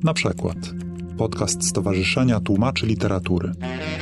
Na przykład podcast Stowarzyszenia Tłumaczy Literatury.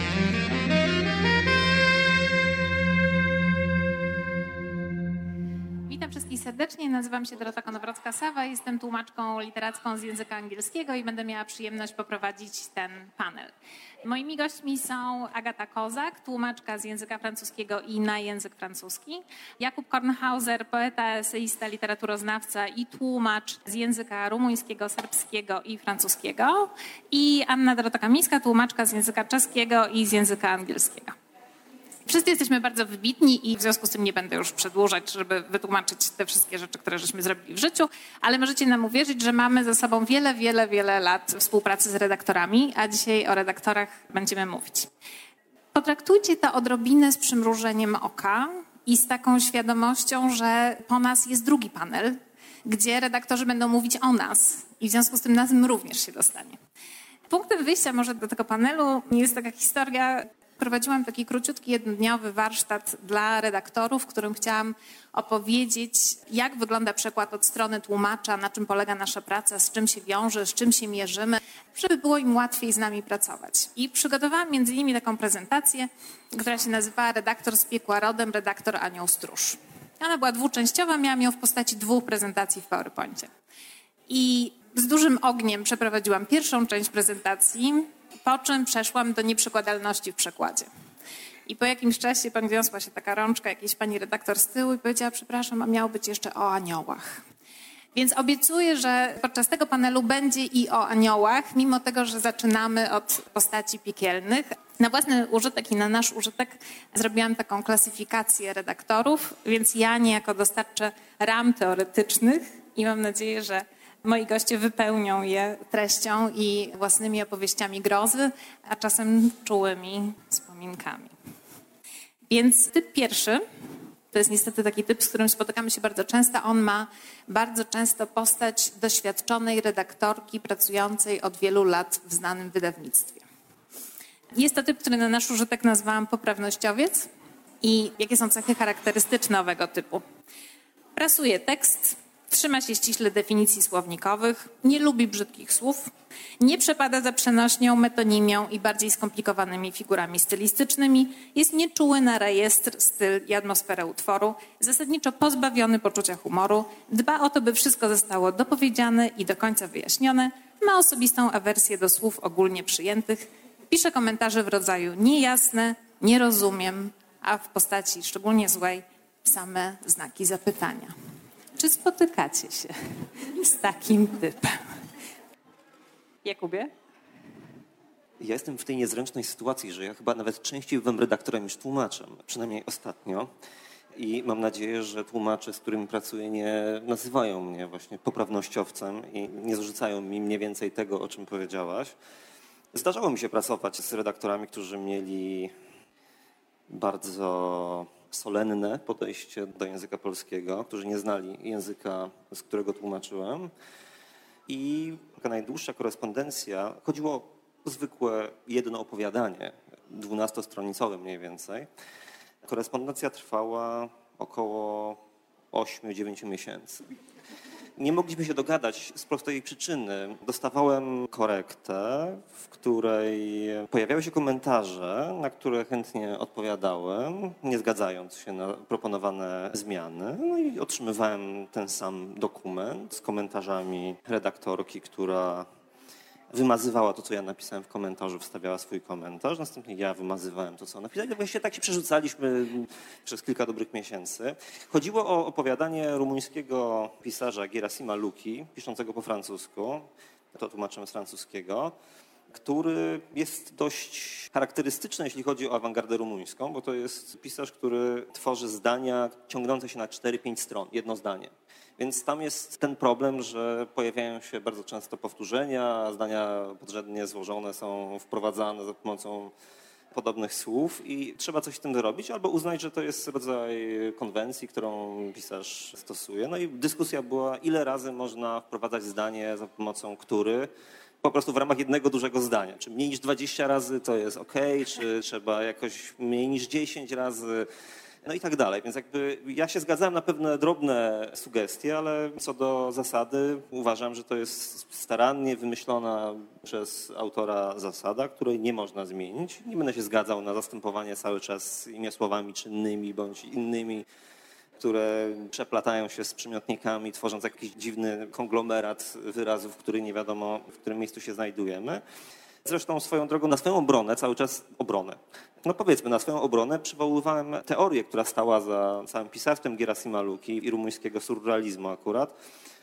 Witam wszystkich serdecznie, nazywam się Dorota Konowrocka-Sawa, jestem tłumaczką literacką z języka angielskiego i będę miała przyjemność poprowadzić ten panel. Moimi gośćmi są Agata Kozak, tłumaczka z języka francuskiego i na język francuski, Jakub Kornhauser, poeta, eseista, literaturoznawca i tłumacz z języka rumuńskiego, serbskiego i francuskiego i Anna Dorota-Kamińska, tłumaczka z języka czeskiego i z języka angielskiego. Wszyscy jesteśmy bardzo wybitni i w związku z tym nie będę już przedłużać, żeby wytłumaczyć te wszystkie rzeczy, które żeśmy zrobili w życiu, ale możecie nam uwierzyć, że mamy za sobą wiele lat współpracy z redaktorami, a dzisiaj o redaktorach będziemy mówić. Potraktujcie to odrobinę z przymrużeniem oka i z taką świadomością, że po nas jest drugi panel, gdzie redaktorzy będą mówić o nas i w związku z tym na tym również się dostanie. Punktem wyjścia może do tego panelu jest taka historia. Prowadziłam taki króciutki, jednodniowy warsztat dla redaktorów, w którym chciałam opowiedzieć, jak wygląda przekład od strony tłumacza, na czym polega nasza praca, z czym się wiąże, z czym się mierzymy, żeby było im łatwiej z nami pracować. I przygotowałam między innymi taką prezentację, która się nazywała Redaktor z piekła rodem, redaktor anioł stróż. Ona była dwuczęściowa, miałam ją w postaci 2 prezentacji w PowerPoincie. I z dużym ogniem przeprowadziłam pierwszą część prezentacji, po czym przeszłam do nieprzekładalności w przekładzie. I po jakimś czasie podniosła się taka rączka jakiejś pani redaktor z tyłu i powiedziała: przepraszam, a miało być jeszcze o aniołach. Więc obiecuję, że podczas tego panelu będzie i o aniołach, mimo tego, że zaczynamy od postaci piekielnych. Na własny użytek i na nasz użytek zrobiłam taką klasyfikację redaktorów, więc ja niejako dostarczę ram teoretycznych i mam nadzieję, że moi goście wypełnią je treścią i własnymi opowieściami grozy, a czasem czułymi wspominkami. Więc typ pierwszy, to jest niestety taki typ, z którym spotykamy się bardzo często. On ma bardzo często postać doświadczonej redaktorki pracującej od wielu lat w znanym wydawnictwie. Jest to typ, który na nasz użytek nazwałam poprawnościowiec. I jakie są cechy charakterystyczne owego typu? Prasuje tekst, trzyma się ściśle definicji słownikowych, nie lubi brzydkich słów, nie przepada za przenośnią, metonimią i bardziej skomplikowanymi figurami stylistycznymi, jest nieczuły na rejestr, styl i atmosferę utworu, zasadniczo pozbawiony poczucia humoru, dba o to, by wszystko zostało dopowiedziane i do końca wyjaśnione, ma osobistą awersję do słów ogólnie przyjętych, pisze komentarze w rodzaju niejasne, nie rozumiem, a w postaci szczególnie złej same znaki zapytania. Czy spotykacie się z takim typem? Jakubie? Ja jestem w tej niezręcznej sytuacji, że ja chyba nawet częściej byłem redaktorem niż tłumaczem, przynajmniej ostatnio. I mam nadzieję, że tłumacze, z którymi pracuję, nie nazywają mnie właśnie poprawnościowcem i nie zarzucają mi mniej więcej tego, o czym powiedziałaś. Zdarzało mi się pracować z redaktorami, którzy mieli bardzo solenne podejście do języka polskiego, którzy nie znali języka, z którego tłumaczyłem. I taka najdłuższa korespondencja, chodziło o zwykłe jedno opowiadanie, 12-stronicowe mniej więcej. Korespondencja trwała około 8-9 miesięcy. Nie mogliśmy się dogadać z prostej przyczyny. Dostawałem korektę, w której pojawiały się komentarze, na które chętnie odpowiadałem, nie zgadzając się na proponowane zmiany. No i otrzymywałem ten sam dokument z komentarzami redaktorki, która wymazywała to, co ja napisałem w komentarzu, wstawiała swój komentarz. Następnie ja wymazywałem to, co ona napisała. Właściwie tak się przerzucaliśmy przez kilka dobrych miesięcy. Chodziło o opowiadanie rumuńskiego pisarza Gherasima Luki, piszącego po francusku, to tłumaczem z francuskiego, który jest dość charakterystyczny, jeśli chodzi o awangardę rumuńską, bo to jest pisarz, który tworzy zdania ciągnące się na 4-5 stron, jedno zdanie. Więc tam jest ten problem, że pojawiają się bardzo często powtórzenia, zdania podrzędnie złożone są wprowadzane za pomocą podobnych słów i trzeba coś z tym zrobić albo uznać, że to jest rodzaj konwencji, którą pisarz stosuje. No i dyskusja była, ile razy można wprowadzać zdanie za pomocą który, po prostu w ramach jednego dużego zdania. Czy mniej niż 20 razy to jest ok, czy trzeba jakoś mniej niż 10 razy. no i tak dalej. Więc jakby ja się zgadzałem na pewne drobne sugestie, ale co do zasady uważam, że to jest starannie wymyślona przez autora zasada, której nie można zmienić. Nie będę się zgadzał na zastępowanie cały czas słowami czynnymi bądź innymi, które przeplatają się z przymiotnikami, tworząc jakiś dziwny konglomerat wyrazów, który nie wiadomo, w którym miejscu się znajdujemy. Zresztą swoją drogą na swoją obronę, cały czas obronę. No powiedzmy, na swoją obronę przywoływałem teorię, która stała za całym pisarstwem Gierasima Luki i rumuńskiego surrealizmu akurat.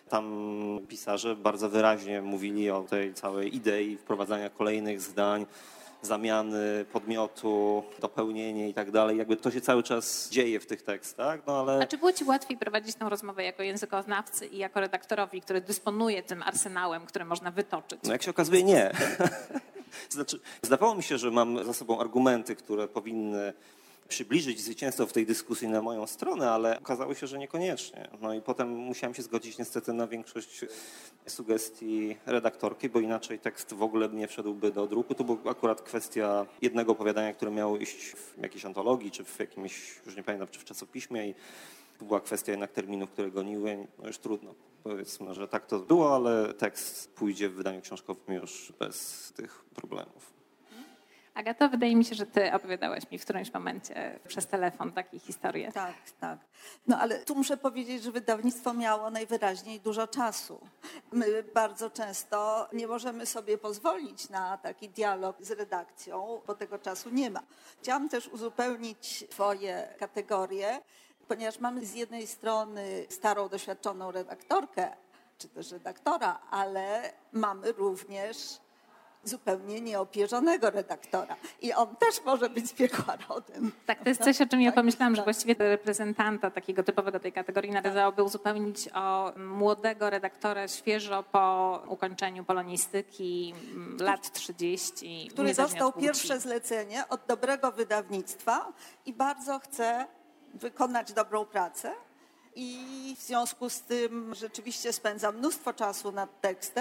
Tam pisarze bardzo wyraźnie mówili o tej całej idei wprowadzania kolejnych zdań, zamiany podmiotu, dopełnienie i tak dalej. Jakby to się cały czas dzieje w tych tekstach. No ale... A czy było ci łatwiej prowadzić tę rozmowę jako językoznawcy i jako redaktorowi, który dysponuje tym arsenałem, który można wytoczyć? No jak się okazuje, nie. Znaczy, zdawało mi się, że mam za sobą argumenty, które powinny przybliżyć zwycięstwo w tej dyskusji na moją stronę, ale okazało się, że niekoniecznie. No i potem musiałem się zgodzić niestety na większość sugestii redaktorki, bo inaczej tekst w ogóle nie wszedłby do druku. To była akurat kwestia jednego opowiadania, które miało iść w jakiejś antologii, czy w jakimś, już nie pamiętam, czy w czasopiśmie i to była kwestia jednak terminów, które goniły. No już trudno, powiedzmy, że tak to było, ale tekst pójdzie w wydaniu książkowym już bez tych problemów. Agato, wydaje mi się, że ty opowiadałaś mi w którymś momencie przez telefon takie historie. Tak, tak. No ale tu muszę powiedzieć, że wydawnictwo miało najwyraźniej dużo czasu. My bardzo często nie możemy sobie pozwolić na taki dialog z redakcją, bo tego czasu nie ma. Chciałam też uzupełnić twoje kategorie, ponieważ mamy z jednej strony starą, doświadczoną redaktorkę, czy też redaktora, ale mamy również zupełnie nieopierzonego redaktora. I on też może być z piekła rodem. Tak, to jest coś, o czym ja pomyślałam, że właściwie reprezentanta takiego typowego tej kategorii należałoby uzupełnić o młodego redaktora świeżo po ukończeniu polonistyki, lat 30. Który dostał pierwsze zlecenie od dobrego wydawnictwa i bardzo chce wykonać dobrą pracę. I w związku z tym rzeczywiście spędza mnóstwo czasu nad tekstem,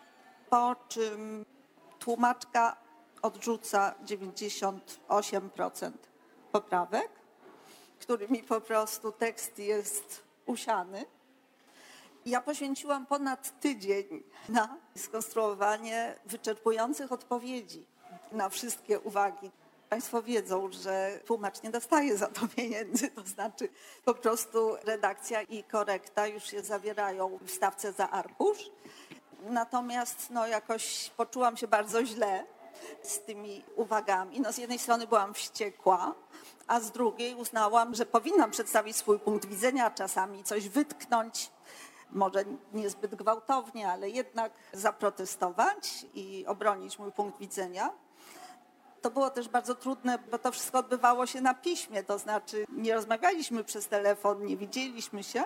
po czym tłumaczka odrzuca 98% poprawek, którymi po prostu tekst jest usiany. Ja poświęciłam ponad tydzień na skonstruowanie wyczerpujących odpowiedzi na wszystkie uwagi. Państwo wiedzą, że tłumacz nie dostaje za to pieniędzy, to znaczy po prostu redakcja i korekta już się zawierają w stawce za arkusz. Natomiast jakoś poczułam się bardzo źle z tymi uwagami. Z jednej strony byłam wściekła, a z drugiej uznałam, że powinnam przedstawić swój punkt widzenia, czasami coś wytknąć, może niezbyt gwałtownie, ale jednak zaprotestować i obronić mój punkt widzenia. To było też bardzo trudne, bo to wszystko odbywało się na piśmie, to znaczy nie rozmawialiśmy przez telefon, nie widzieliśmy się.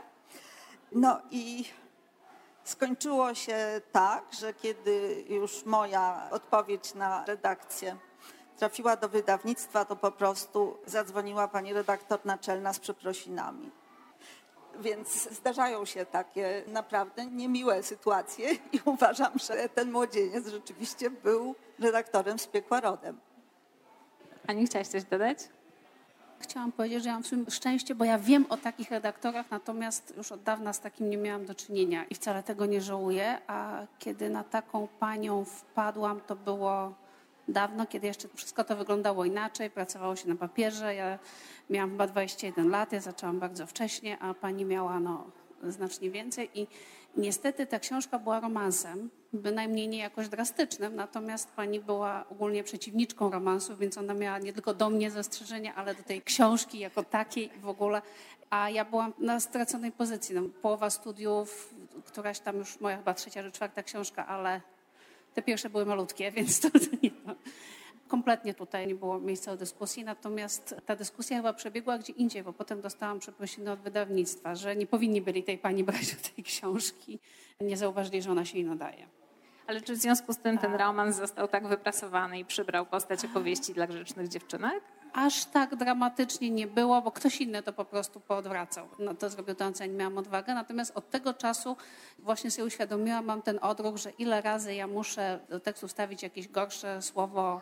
I skończyło się tak, że kiedy już moja odpowiedź na redakcję trafiła do wydawnictwa, to po prostu zadzwoniła pani redaktor naczelna z przeprosinami. Więc zdarzają się takie naprawdę niemiłe sytuacje i uważam, że ten młodzieniec rzeczywiście był redaktorem z piekła rodem. Aniu, chciałaś coś dodać? Chciałam powiedzieć, że ja mam w sumie szczęście, bo ja wiem o takich redaktorach, natomiast już od dawna z takim nie miałam do czynienia i wcale tego nie żałuję. A kiedy na taką panią wpadłam, to było dawno, kiedy jeszcze wszystko to wyglądało inaczej, pracowało się na papierze. Ja miałam chyba 21 lat, ja zaczęłam bardzo wcześnie, a pani miała znacznie więcej i niestety ta książka była romansem, bynajmniej nie jakoś drastycznym, natomiast pani była ogólnie przeciwniczką romansów, więc ona miała nie tylko do mnie zastrzeżenia, ale do tej książki jako takiej w ogóle, a ja byłam na straconej pozycji. Połowa studiów, któraś tam już moja chyba 3. czy 4. książka, ale te pierwsze były malutkie, więc to nie ma. Kompletnie tutaj nie było miejsca do dyskusji, natomiast ta dyskusja chyba przebiegła gdzie indziej, bo potem dostałam przeprosiny od wydawnictwa, że nie powinni byli tej pani brać do tej książki. Nie zauważyli, że ona się jej nadaje. Ale czy w związku z tym ten romans został tak wyprasowany i przybrał postać opowieści dla grzecznych dziewczynek? Aż tak dramatycznie nie było, bo ktoś inny to po prostu poodwracał. To zrobił to, co ja nie miałam odwagę. Natomiast od tego czasu właśnie sobie uświadomiłam, mam ten odruch, że ile razy ja muszę do tekstu wstawić jakieś gorsze słowo,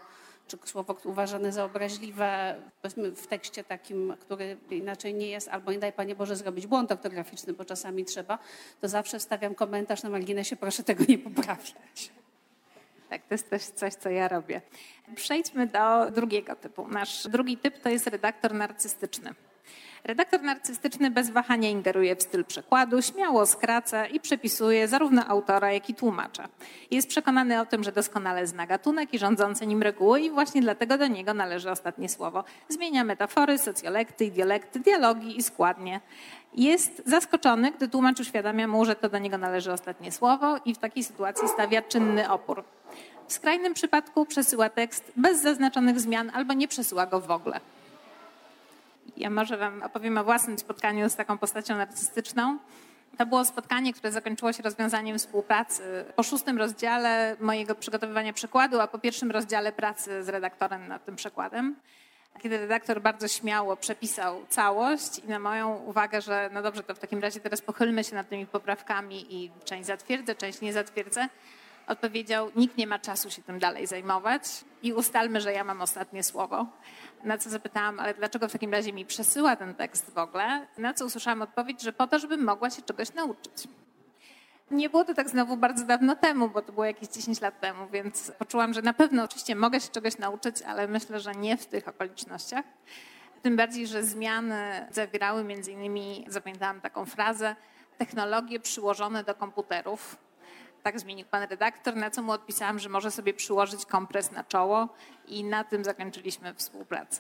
czy słowo uważane za obraźliwe, powiedzmy w tekście takim, który inaczej nie jest, albo nie daj Panie Boże zrobić błąd ortograficzny, bo czasami trzeba, to zawsze wstawiam komentarz na marginesie, proszę tego nie poprawiać. Tak, to jest też coś, co ja robię. Przejdźmy do drugiego typu. Nasz drugi typ to jest redaktor narcystyczny. Redaktor narcystyczny bez wahania ingeruje w styl przekładu, śmiało skraca i przepisuje zarówno autora, jak i tłumacza. Jest przekonany o tym, że doskonale zna gatunek i rządzące nim reguły i właśnie dlatego do niego należy ostatnie słowo. Zmienia metafory, socjolekty, dialekty, dialogi i składnie. Jest zaskoczony, gdy tłumacz uświadamia mu, że to do niego należy ostatnie słowo i w takiej sytuacji stawia czynny opór. W skrajnym przypadku przesyła tekst bez zaznaczonych zmian albo nie przesyła go w ogóle. Ja może wam opowiem o własnym spotkaniu z taką postacią narcystyczną. To było spotkanie, które zakończyło się rozwiązaniem współpracy po 6. rozdziale mojego przygotowywania przekładu, a po 1. rozdziale pracy z redaktorem nad tym przekładem. Kiedy redaktor bardzo śmiało przepisał całość i na moją uwagę, że no dobrze, to w takim razie teraz pochylmy się nad tymi poprawkami i część zatwierdzę, część nie zatwierdzę, odpowiedział, nikt nie ma czasu się tym dalej zajmować i ustalmy, że ja mam ostatnie słowo. Na co zapytałam, ale dlaczego w takim razie mi przesyła ten tekst w ogóle? Na co usłyszałam odpowiedź, że po to, żebym mogła się czegoś nauczyć. Nie było to tak znowu bardzo dawno temu, bo to było jakieś 10 lat temu, więc poczułam, że na pewno oczywiście mogę się czegoś nauczyć, ale myślę, że nie w tych okolicznościach. Tym bardziej, że zmiany zawierały między innymi, zapamiętałam taką frazę, technologie przyłożone do komputerów. Tak zmienił pan redaktor, na co mu odpisałam, że może sobie przyłożyć kompres na czoło i na tym zakończyliśmy współpracę.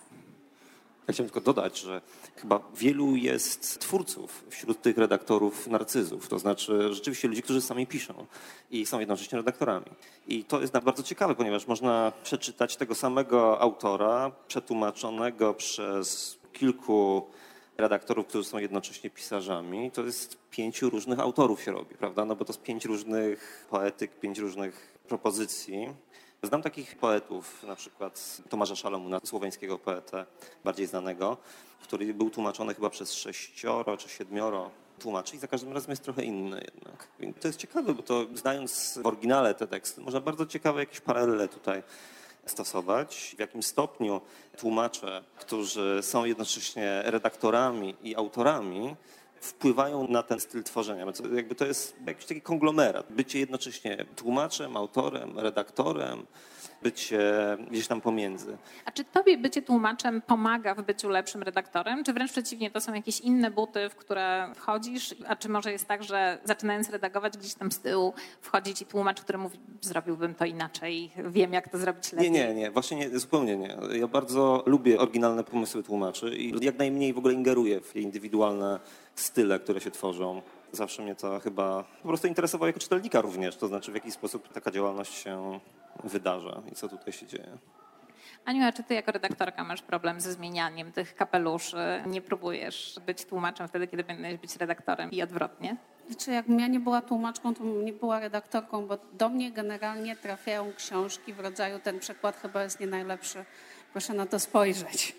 Ja chciałem tylko dodać, że chyba wielu jest twórców wśród tych redaktorów narcyzów. To znaczy rzeczywiście ludzi, którzy sami piszą i są jednocześnie redaktorami. I to jest bardzo ciekawe, ponieważ można przeczytać tego samego autora przetłumaczonego przez kilku redaktorów, którzy są jednocześnie pisarzami. To jest 5 różnych autorów się robi, prawda? No bo to jest 5 różnych poetyk, 5 różnych propozycji. Znam takich poetów, na przykład Tomasza Szalamuna, słoweńskiego poetę, bardziej znanego, który był tłumaczony chyba przez 6 czy 7 tłumaczy i za każdym razem jest trochę inny jednak. Więc to jest ciekawe, bo to znając w oryginale te teksty, można bardzo ciekawe jakieś paralele tutaj stosować. W jakim stopniu tłumacze, którzy są jednocześnie redaktorami i autorami, wpływają na ten styl tworzenia. Jakby to jest jakiś taki konglomerat. Bycie jednocześnie tłumaczem, autorem, redaktorem, bycie gdzieś tam pomiędzy. A czy tobie bycie tłumaczem pomaga w byciu lepszym redaktorem? Czy wręcz przeciwnie, to są jakieś inne buty, w które wchodzisz? A czy może jest tak, że zaczynając redagować gdzieś tam z tyłu wchodzi ci tłumacz, który mówi, zrobiłbym to inaczej, wiem jak to zrobić lepiej? Nie, właśnie nie, zupełnie nie. Ja bardzo lubię oryginalne pomysły tłumaczy i jak najmniej w ogóle ingeruję w indywidualne style, które się tworzą. Zawsze mnie to chyba po prostu interesowało jako czytelnika również, to znaczy w jaki sposób taka działalność się wydarza i co tutaj się dzieje. Aniu, a czy ty jako redaktorka masz problem ze zmienianiem tych kapeluszy? Nie próbujesz być tłumaczem wtedy, kiedy będziesz być redaktorem i odwrotnie? Znaczy, jakbym ja nie była tłumaczką, to bym nie była redaktorką, bo do mnie generalnie trafiają książki w rodzaju ten przekład chyba jest nie najlepszy, proszę na to spojrzeć.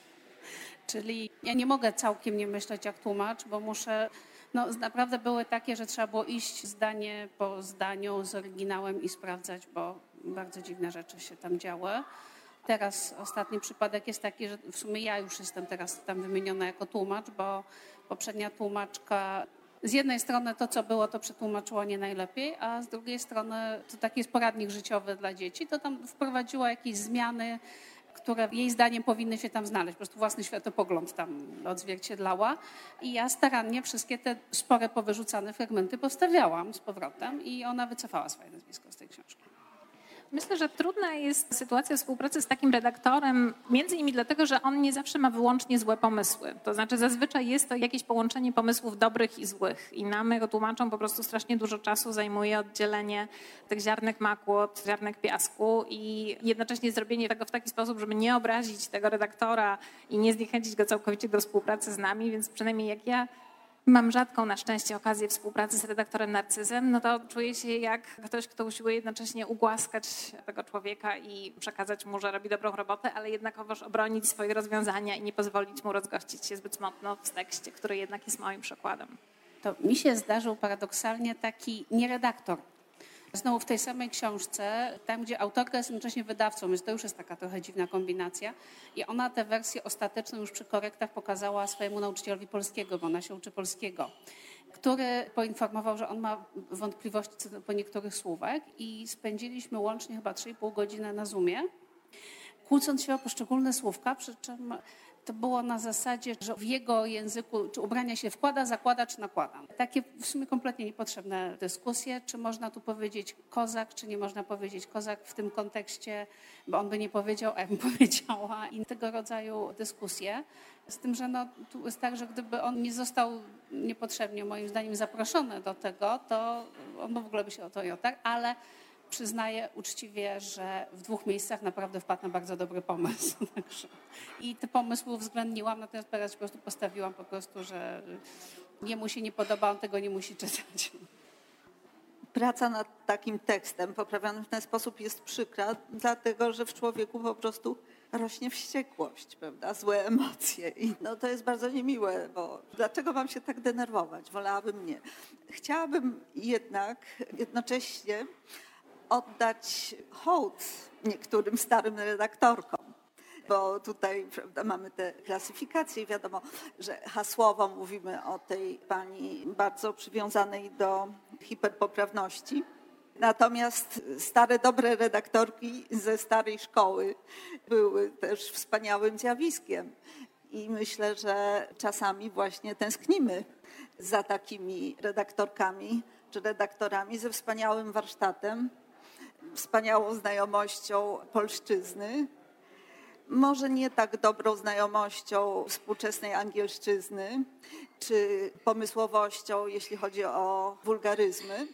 Czyli ja nie mogę całkiem nie myśleć jak tłumacz, bo muszę... No naprawdę były takie, że trzeba było iść zdanie po zdaniu z oryginałem i sprawdzać, bo bardzo dziwne rzeczy się tam działy. Teraz ostatni przypadek jest taki, że w sumie ja już jestem teraz tam wymieniona jako tłumacz, bo poprzednia tłumaczka z jednej strony to, co było, to przetłumaczyła nie najlepiej, a z drugiej strony to taki jest poradnik życiowy dla dzieci, to tam wprowadziła jakieś zmiany, które jej zdaniem powinny się tam znaleźć. Po prostu własny światopogląd tam odzwierciedlała. I ja starannie wszystkie te spore powyrzucane fragmenty postawiałam z powrotem i ona wycofała swoje nazwisko z tej książki. Myślę, że trudna jest sytuacja współpracy z takim redaktorem, między innymi dlatego, że on nie zawsze ma wyłącznie złe pomysły. To znaczy zazwyczaj jest to jakieś połączenie pomysłów dobrych i złych. I nam, jako tłumaczom, po prostu strasznie dużo czasu zajmuje oddzielenie tych ziarnek maku od ziarnek piasku i jednocześnie zrobienie tego w taki sposób, żeby nie obrazić tego redaktora i nie zniechęcić go całkowicie do współpracy z nami, więc przynajmniej jak ja mam rzadką na szczęście okazję współpracy z redaktorem narcyzem, no to czuję się jak ktoś, kto usiłuje jednocześnie ugłaskać tego człowieka i przekazać mu, że robi dobrą robotę, ale jednakowoż obronić swoje rozwiązania i nie pozwolić mu rozgościć się zbyt mocno w tekście, który jednak jest moim przykładem. To mi się zdarzył paradoksalnie taki nieredaktor. Znowu w tej samej książce, tam gdzie autorka jest jednocześnie wydawcą, więc to już jest taka trochę dziwna kombinacja. I ona tę wersję ostateczną już przy korektach pokazała swojemu nauczycielowi polskiego, bo ona się uczy polskiego, który poinformował, że on ma wątpliwości co do niektórych słówek i spędziliśmy łącznie chyba 3,5 godziny na Zoomie, kłócąc się o poszczególne słówka, przy czym to było na zasadzie, że w jego języku czy ubrania się wkłada, zakłada czy nakłada. Takie w sumie kompletnie niepotrzebne dyskusje, czy można tu powiedzieć kozak, czy nie można powiedzieć kozak w tym kontekście, bo on by nie powiedział, a ja bym powiedziała i tego rodzaju dyskusje. Z tym, że tu jest tak, że gdyby on nie został niepotrzebnie moim zdaniem zaproszony do tego, to on w ogóle by się o to jął, tak? Ale przyznaję uczciwie, że w 2 miejscach naprawdę wpadł na bardzo dobry pomysł. I te pomysły uwzględniłam, natomiast teraz po prostu postawiłam że jemu się nie podoba, on tego nie musi czytać. Praca nad takim tekstem poprawionym w ten sposób jest przykra, dlatego że w człowieku po prostu rośnie wściekłość, prawda? Złe emocje. I to jest bardzo niemiłe, bo dlaczego mam się tak denerwować? Wolałabym nie. Chciałabym jednak jednocześnie oddać hołd niektórym starym redaktorkom, bo tutaj, prawda, mamy te klasyfikacje i wiadomo, że hasłowo mówimy o tej pani bardzo przywiązanej do hiperpoprawności. Natomiast stare, dobre redaktorki ze starej szkoły były też wspaniałym zjawiskiem i myślę, że czasami właśnie tęsknimy za takimi redaktorkami czy redaktorami ze wspaniałym warsztatem, wspaniałą znajomością polszczyzny, może nie tak dobrą znajomością współczesnej angielszczyzny, czy pomysłowością, jeśli chodzi o wulgaryzmy,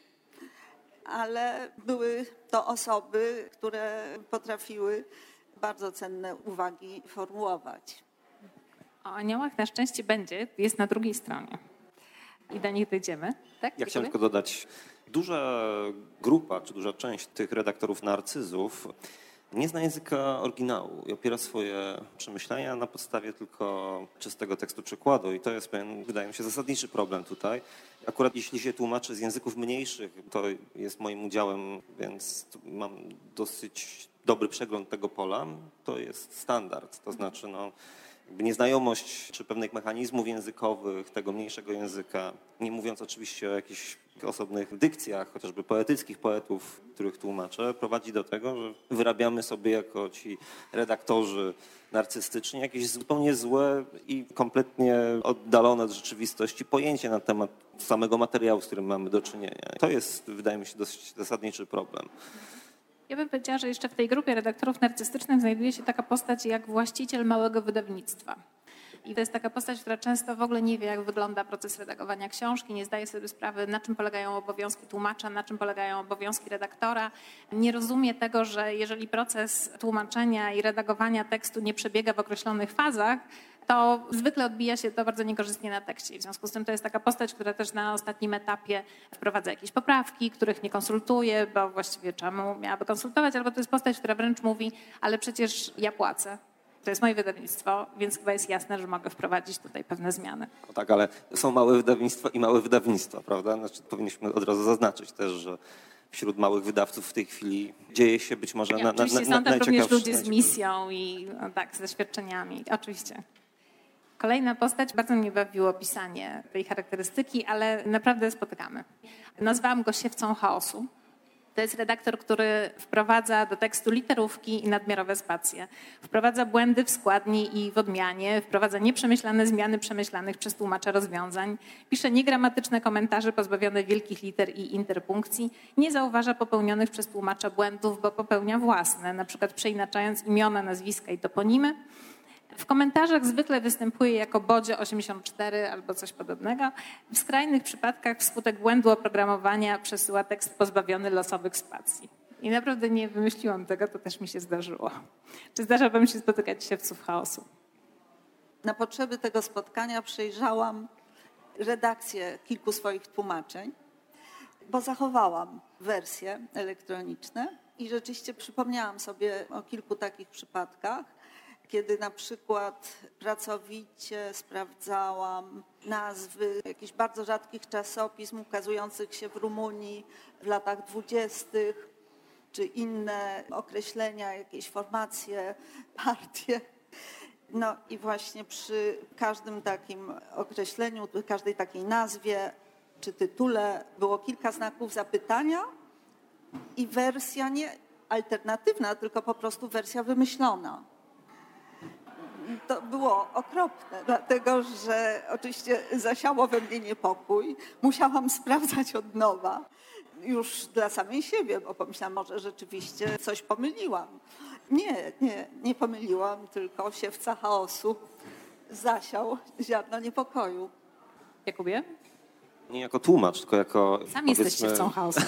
ale były to osoby, które potrafiły bardzo cenne uwagi formułować. O aniołach na szczęście jest na drugiej stronie i do nich dojdziemy. Tak? Ja chciałem tylko dodać, duża grupa, czy duża część tych redaktorów narcyzów nie zna języka oryginału i opiera swoje przemyślenia na podstawie tylko czystego tekstu przekładu. I to jest pewien, wydaje mi się, zasadniczy problem tutaj. Akurat jeśli się tłumaczy z języków mniejszych, to jest moim udziałem, więc mam dosyć dobry przegląd tego pola. To jest standard, to znaczy nieznajomość czy pewnych mechanizmów językowych tego mniejszego języka, nie mówiąc oczywiście o jakichś osobnych dykcjach, chociażby poetyckich poetów, których tłumaczę, prowadzi do tego, że wyrabiamy sobie jako ci redaktorzy narcystyczni jakieś zupełnie złe i kompletnie oddalone od rzeczywistości pojęcie na temat samego materiału, z którym mamy do czynienia. To jest, wydaje mi się, dosyć zasadniczy problem. Ja bym powiedziała, że jeszcze w tej grupie redaktorów narcystycznych znajduje się taka postać jak właściciel małego wydawnictwa. I to jest taka postać, która często w ogóle nie wie, jak wygląda proces redagowania książki, nie zdaje sobie sprawy, na czym polegają obowiązki tłumacza, na czym polegają obowiązki redaktora. Nie rozumie tego, że jeżeli proces tłumaczenia i redagowania tekstu nie przebiega w określonych fazach, to zwykle odbija się to bardzo niekorzystnie na tekście. W związku z tym to jest taka postać, która też na ostatnim etapie wprowadza jakieś poprawki, których nie konsultuje, bo właściwie czemu miałaby konsultować, albo to jest postać, która wręcz mówi, ale przecież ja płacę. To jest moje wydawnictwo, więc chyba jest jasne, że mogę wprowadzić tutaj pewne zmiany. No tak, ale są małe wydawnictwa i małe wydawnictwa, prawda? Znaczy, powinniśmy od razu zaznaczyć też, że wśród małych wydawców w tej chwili dzieje się być może oczywiście są tam również ludzie z misją i z doświadczeniami. Oczywiście. Kolejna postać, bardzo mnie bawiło pisanie tej charakterystyki, ale naprawdę spotykamy. Nazwałam go siewcą chaosu. To jest redaktor, który wprowadza do tekstu literówki i nadmiarowe spacje. Wprowadza błędy w składni i w odmianie, wprowadza nieprzemyślane zmiany przemyślanych przez tłumacza rozwiązań, pisze niegramatyczne komentarze pozbawione wielkich liter i interpunkcji, nie zauważa popełnionych przez tłumacza błędów, bo popełnia własne, na przykład przeinaczając imiona, nazwiska i toponimy. W komentarzach zwykle występuje jako Bodzio 84 albo coś podobnego. W skrajnych przypadkach wskutek błędu oprogramowania przesyła tekst pozbawiony losowych spacji. I naprawdę nie wymyśliłam tego, to też mi się zdarzyło. Czy zdarza wam się spotykać siewców chaosu? Na potrzeby tego spotkania przejrzałam redakcję kilku swoich tłumaczeń, bo zachowałam wersje elektroniczne i rzeczywiście przypomniałam sobie o kilku takich przypadkach. kiedy na przykład pracowicie sprawdzałam nazwy jakichś bardzo rzadkich czasopism ukazujących się w Rumunii w latach 20., czy inne określenia, jakieś formacje, partie. No i właśnie przy każdym takim określeniu, każdej takiej nazwie czy tytule było kilka znaków zapytania i wersja nie alternatywna, tylko po prostu wersja wymyślona. To było okropne, dlatego że oczywiście zasiało we mnie niepokój. Musiałam sprawdzać od nowa, już dla samej siebie, bo pomyślałam, może rzeczywiście coś pomyliłam. Nie pomyliłam, tylko siewca chaosu zasiał ziarno niepokoju. Jakubie? Nie jako tłumacz, tylko jako... Sam jesteś siewcą chaosu.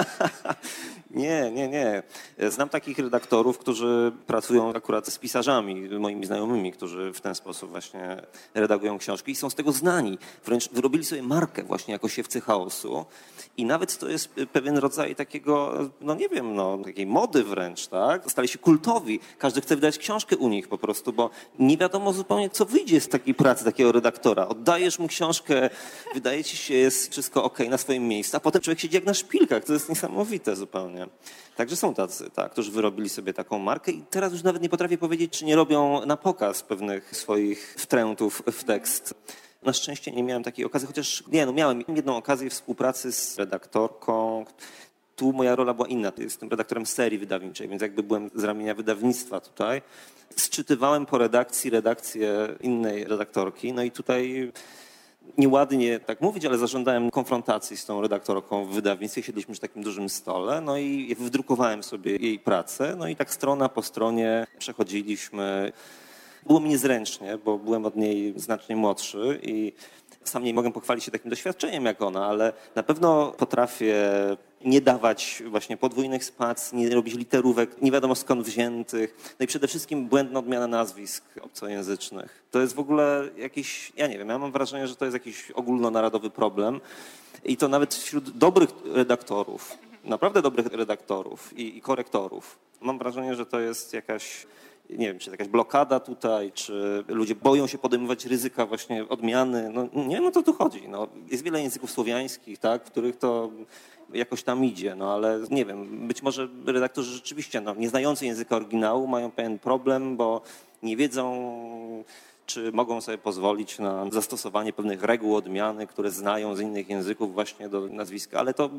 Nie. Znam takich redaktorów, którzy pracują akurat z pisarzami, moimi znajomymi, którzy w ten sposób właśnie redagują książki i są z tego znani. Wręcz wyrobili sobie markę właśnie jako siewcy chaosu i nawet to jest pewien rodzaj takiego, takiej mody wręcz, tak? Stali się kultowi. Każdy chce wydać książkę u nich po prostu, bo nie wiadomo zupełnie, co wyjdzie z takiej pracy takiego redaktora. Oddajesz mu książkę, wydaje ci się, jest wszystko okej na swoim miejscu, a potem człowiek siedzi jak na szpilkach. To jest niesamowite zupełnie. Także są tacy, którzy wyrobili sobie taką markę i teraz już nawet nie potrafię powiedzieć, czy nie robią na pokaz pewnych swoich wtrętów w tekst. Na szczęście nie miałem takiej okazji, chociaż miałem jedną okazję współpracy z redaktorką. Tu moja rola była inna. Jestem redaktorem serii wydawniczej, więc jakby byłem z ramienia wydawnictwa tutaj. Sczytywałem po redakcję innej redaktorki, no i tutaj nieładnie tak mówić, ale zażądałem konfrontacji z tą redaktorką w wydawnictwie. Siedliśmy przy takim dużym stole, no i wydrukowałem sobie jej pracę, no i tak strona po stronie przechodziliśmy. Było mi niezręcznie, bo byłem od niej znacznie młodszy i sam nie mogę pochwalić się takim doświadczeniem jak ona, ale na pewno potrafię nie dawać właśnie podwójnych spacji, nie robić literówek, nie wiadomo skąd wziętych. No i przede wszystkim błędna odmiana nazwisk obcojęzycznych. To jest w ogóle jakiś, ja mam wrażenie, że to jest jakiś ogólnonarodowy problem i to nawet wśród dobrych redaktorów, naprawdę dobrych redaktorów i korektorów. Mam wrażenie, że to jest jakaś, nie wiem, czy jakaś blokada tutaj, czy ludzie boją się podejmować ryzyka właśnie odmiany. No, nie wiem, o co tu chodzi. No, jest wiele języków słowiańskich, tak, w których to jakoś tam idzie, no ale nie wiem, być może redaktorzy rzeczywiście nie znający języka oryginału mają pewien problem, bo nie wiedzą, czy mogą sobie pozwolić na zastosowanie pewnych reguł odmiany, które znają z innych języków właśnie do nazwiska, ale to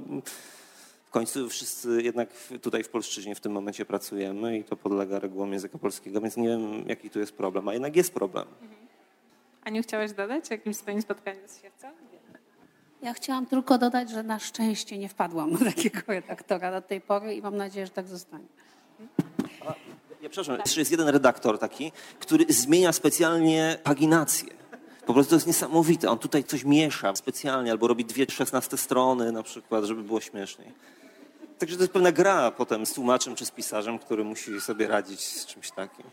w końcu wszyscy jednak tutaj w polszczyźnie w tym momencie pracujemy i to podlega regułom języka polskiego, więc nie wiem, jaki tu jest problem, a jednak jest problem. Aniu, chciałaś dodać o jakimś swoim spotkaniu z siewcą? Ja chciałam tylko dodać, że na szczęście nie wpadłam na takiego redaktora do tej pory i mam nadzieję, że tak zostanie. Ja przepraszam, jest jeden redaktor taki, który zmienia specjalnie paginację. Po prostu to jest niesamowite. On tutaj coś miesza specjalnie albo robi 2 16 strony na przykład, żeby było śmieszniej. Także to jest pewna gra potem z tłumaczem czy z pisarzem, który musi sobie radzić z czymś takim.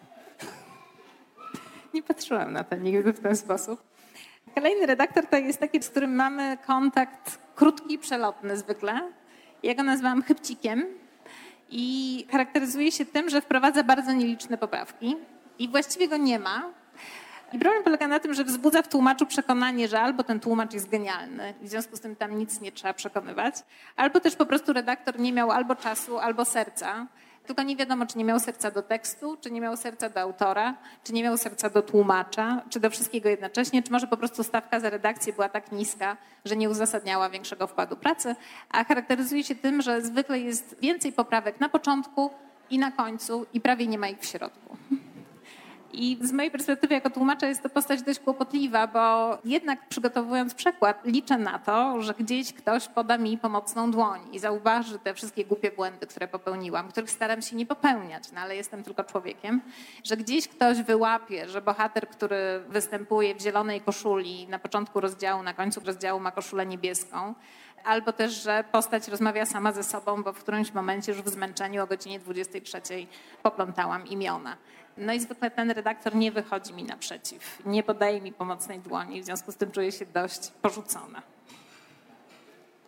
Nie patrzyłam na to nigdy w ten sposób. Kolejny redaktor to jest taki, z którym mamy kontakt krótki, przelotny zwykle. Ja go nazywam chybcikiem i charakteryzuje się tym, że wprowadza bardzo nieliczne poprawki i właściwie go nie ma. I problem polega na tym, że wzbudza w tłumaczu przekonanie, że albo ten tłumacz jest genialny, w związku z tym tam nic nie trzeba przekonywać, albo też po prostu redaktor nie miał albo czasu, albo serca. Tylko nie wiadomo, czy nie miał serca do tekstu, czy nie miał serca do autora, czy nie miał serca do tłumacza, czy do wszystkiego jednocześnie, czy może po prostu stawka za redakcję była tak niska, że nie uzasadniała większego wkładu pracy, a charakteryzuje się tym, że zwykle jest więcej poprawek na początku i na końcu i prawie nie ma ich w środku. I z mojej perspektywy jako tłumacza jest to postać dość kłopotliwa, bo jednak przygotowując przekład liczę na to, że gdzieś ktoś poda mi pomocną dłoń i zauważy te wszystkie głupie błędy, które popełniłam, których staram się nie popełniać, no ale jestem tylko człowiekiem, że gdzieś ktoś wyłapie, że bohater, który występuje w zielonej koszuli na początku rozdziału, na końcu rozdziału ma koszulę niebieską, albo też, że postać rozmawia sama ze sobą, bo w którymś momencie już w zmęczeniu o godzinie 23 poplątałam imiona. No i zwykle ten redaktor nie wychodzi mi naprzeciw, nie podaje mi pomocnej dłoni, w związku z tym czuję się dość porzucona.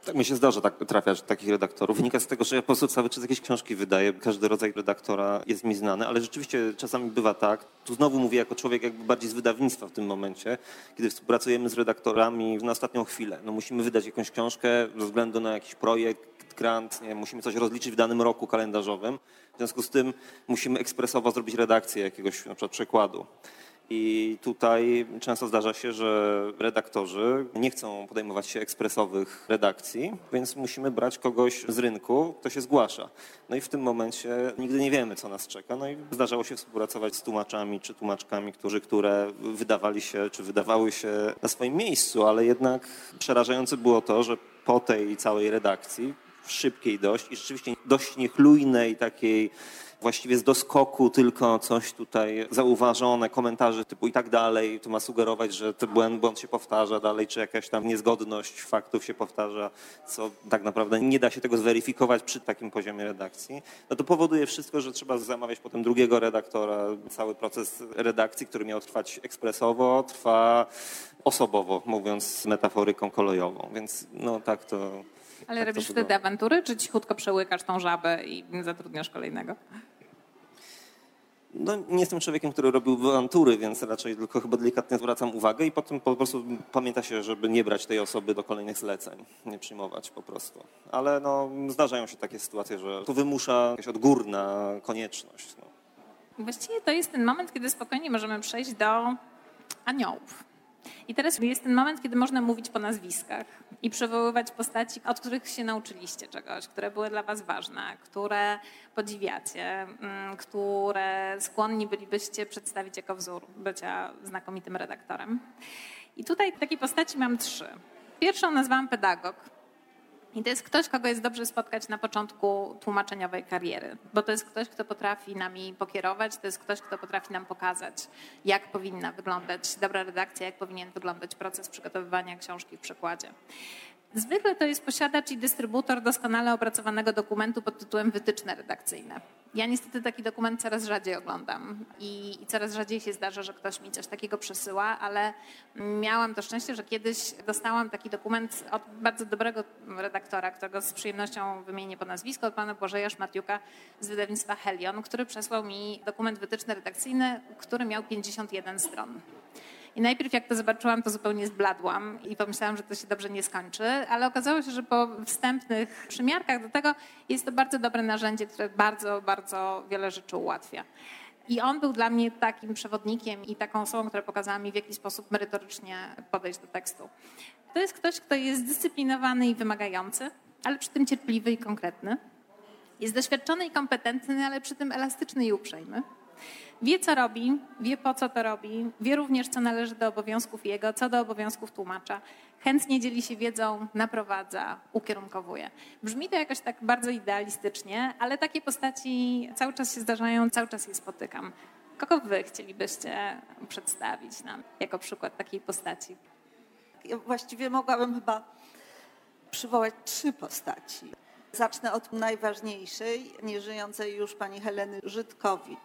Tak mi się zdarza trafiać takich redaktorów. Wynika z tego, że ja po prostu cały czas jakieś książki wydaję. Każdy rodzaj redaktora jest mi znany, ale rzeczywiście czasami bywa tak. Tu znowu mówię jako człowiek jakby bardziej z wydawnictwa w tym momencie, kiedy współpracujemy z redaktorami na ostatnią chwilę. No musimy wydać jakąś książkę ze względu na jakiś projekt, grant, nie, musimy coś rozliczyć w danym roku kalendarzowym. W związku z tym musimy ekspresowo zrobić redakcję jakiegoś na przykład przekładu. I tutaj często zdarza się, że redaktorzy nie chcą podejmować się ekspresowych redakcji, więc musimy brać kogoś z rynku, kto się zgłasza. No i w tym momencie nigdy nie wiemy, co nas czeka. No i zdarzało się współpracować z tłumaczami czy tłumaczkami, które wydawali się czy wydawały się na swoim miejscu, ale jednak przerażające było to, że po tej całej redakcji, szybkiej dość i rzeczywiście dość niechlujnej, takiej właściwie z doskoku tylko coś tutaj zauważone, komentarze typu i tak dalej. To ma sugerować, że ten błąd się powtarza dalej, czy jakaś tam niezgodność faktów się powtarza, co tak naprawdę nie da się tego zweryfikować przy takim poziomie redakcji. No to powoduje wszystko, że trzeba zamawiać potem drugiego redaktora. Cały proces redakcji, który miał trwać ekspresowo, trwa osobowo, mówiąc metaforyką kolejową. Więc no tak to... Ale tak robisz to wtedy awantury, czy cichutko przełykasz tą żabę i zatrudniasz kolejnego? No, nie jestem człowiekiem, który robił awantury, więc raczej tylko chyba delikatnie zwracam uwagę i potem po prostu pamięta się, żeby nie brać tej osoby do kolejnych zleceń, nie przyjmować po prostu. Ale no, zdarzają się takie sytuacje, że to wymusza jakaś odgórna konieczność. No. Właściwie to jest ten moment, kiedy spokojnie możemy przejść do aniołów. I teraz jest ten moment, kiedy można mówić po nazwiskach i przywoływać postaci, od których się nauczyliście czegoś, które były dla was ważne, które podziwiacie, które skłonni bylibyście przedstawić jako wzór bycia znakomitym redaktorem. I tutaj takiej postaci mam 3. Pierwszą nazwałam pedagog. I to jest ktoś, kogo jest dobrze spotkać na początku tłumaczeniowej kariery, bo to jest ktoś, kto potrafi nami pokierować, to jest ktoś, kto potrafi nam pokazać, jak powinna wyglądać dobra redakcja, jak powinien wyglądać proces przygotowywania książki w przekładzie. Zwykle to jest posiadacz i dystrybutor doskonale opracowanego dokumentu pod tytułem wytyczne redakcyjne. Ja niestety taki dokument coraz rzadziej oglądam i coraz rzadziej się zdarza, że ktoś mi coś takiego przesyła, ale miałam to szczęście, że kiedyś dostałam taki dokument od bardzo dobrego redaktora, którego z przyjemnością wymienię po nazwisku, od pana Błażeja Szmatiuka z wydawnictwa Helion, który przesłał mi dokument wytyczne redakcyjne, który miał 51 stron. I najpierw jak to zobaczyłam, to zupełnie zbladłam i pomyślałam, że to się dobrze nie skończy, ale okazało się, że po wstępnych przymiarkach do tego jest to bardzo dobre narzędzie, które bardzo, bardzo wiele rzeczy ułatwia. I on był dla mnie takim przewodnikiem i taką osobą, która pokazała mi, w jaki sposób merytorycznie podejść do tekstu. To jest ktoś, kto jest zdyscyplinowany i wymagający, ale przy tym cierpliwy i konkretny. Jest doświadczony i kompetentny, ale przy tym elastyczny i uprzejmy. Wie, co robi, wie, po co to robi, wie również, co należy do obowiązków jego, co do obowiązków tłumacza. Chętnie dzieli się wiedzą, naprowadza, ukierunkowuje. Brzmi to jakoś tak bardzo idealistycznie, ale takie postaci cały czas się zdarzają, cały czas je spotykam. Kogo wy chcielibyście przedstawić nam jako przykład takiej postaci? Ja właściwie mogłabym chyba przywołać 3 postaci. Zacznę od najważniejszej, nieżyjącej już pani Heleny Żytkowicz.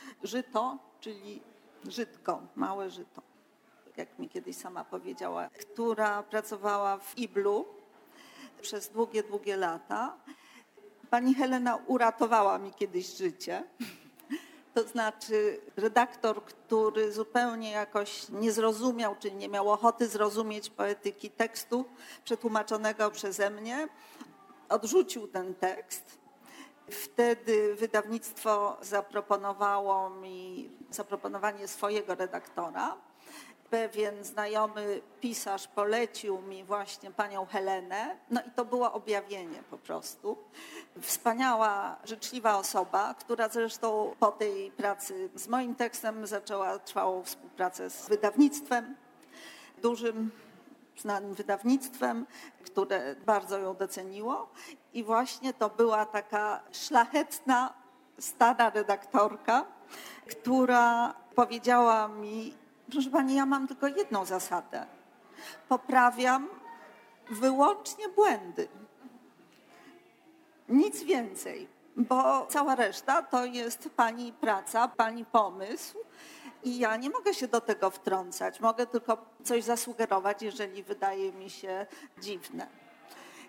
Żyto, czyli żytko, małe żyto, jak mi kiedyś sama powiedziała, która pracowała w Iblu przez długie, długie lata. Pani Helena uratowała mi kiedyś życie. To znaczy redaktor, który zupełnie jakoś nie zrozumiał, czy nie miał ochoty zrozumieć poetyki tekstu przetłumaczonego przeze mnie, odrzucił ten tekst. Wtedy wydawnictwo zaproponowało mi zaproponowanie swojego redaktora. Pewien znajomy pisarz polecił mi właśnie panią Helenę, no i to było objawienie po prostu. Wspaniała, życzliwa osoba, która zresztą po tej pracy z moim tekstem zaczęła trwałą współpracę z wydawnictwem, dużym, znanym wydawnictwem, które bardzo ją doceniło. I właśnie to była taka szlachetna, stara redaktorka, która powiedziała mi: proszę pani, ja mam tylko jedną zasadę. Poprawiam wyłącznie błędy. Nic więcej, bo cała reszta to jest pani praca, pani pomysł i ja nie mogę się do tego wtrącać. Mogę tylko coś zasugerować, jeżeli wydaje mi się dziwne.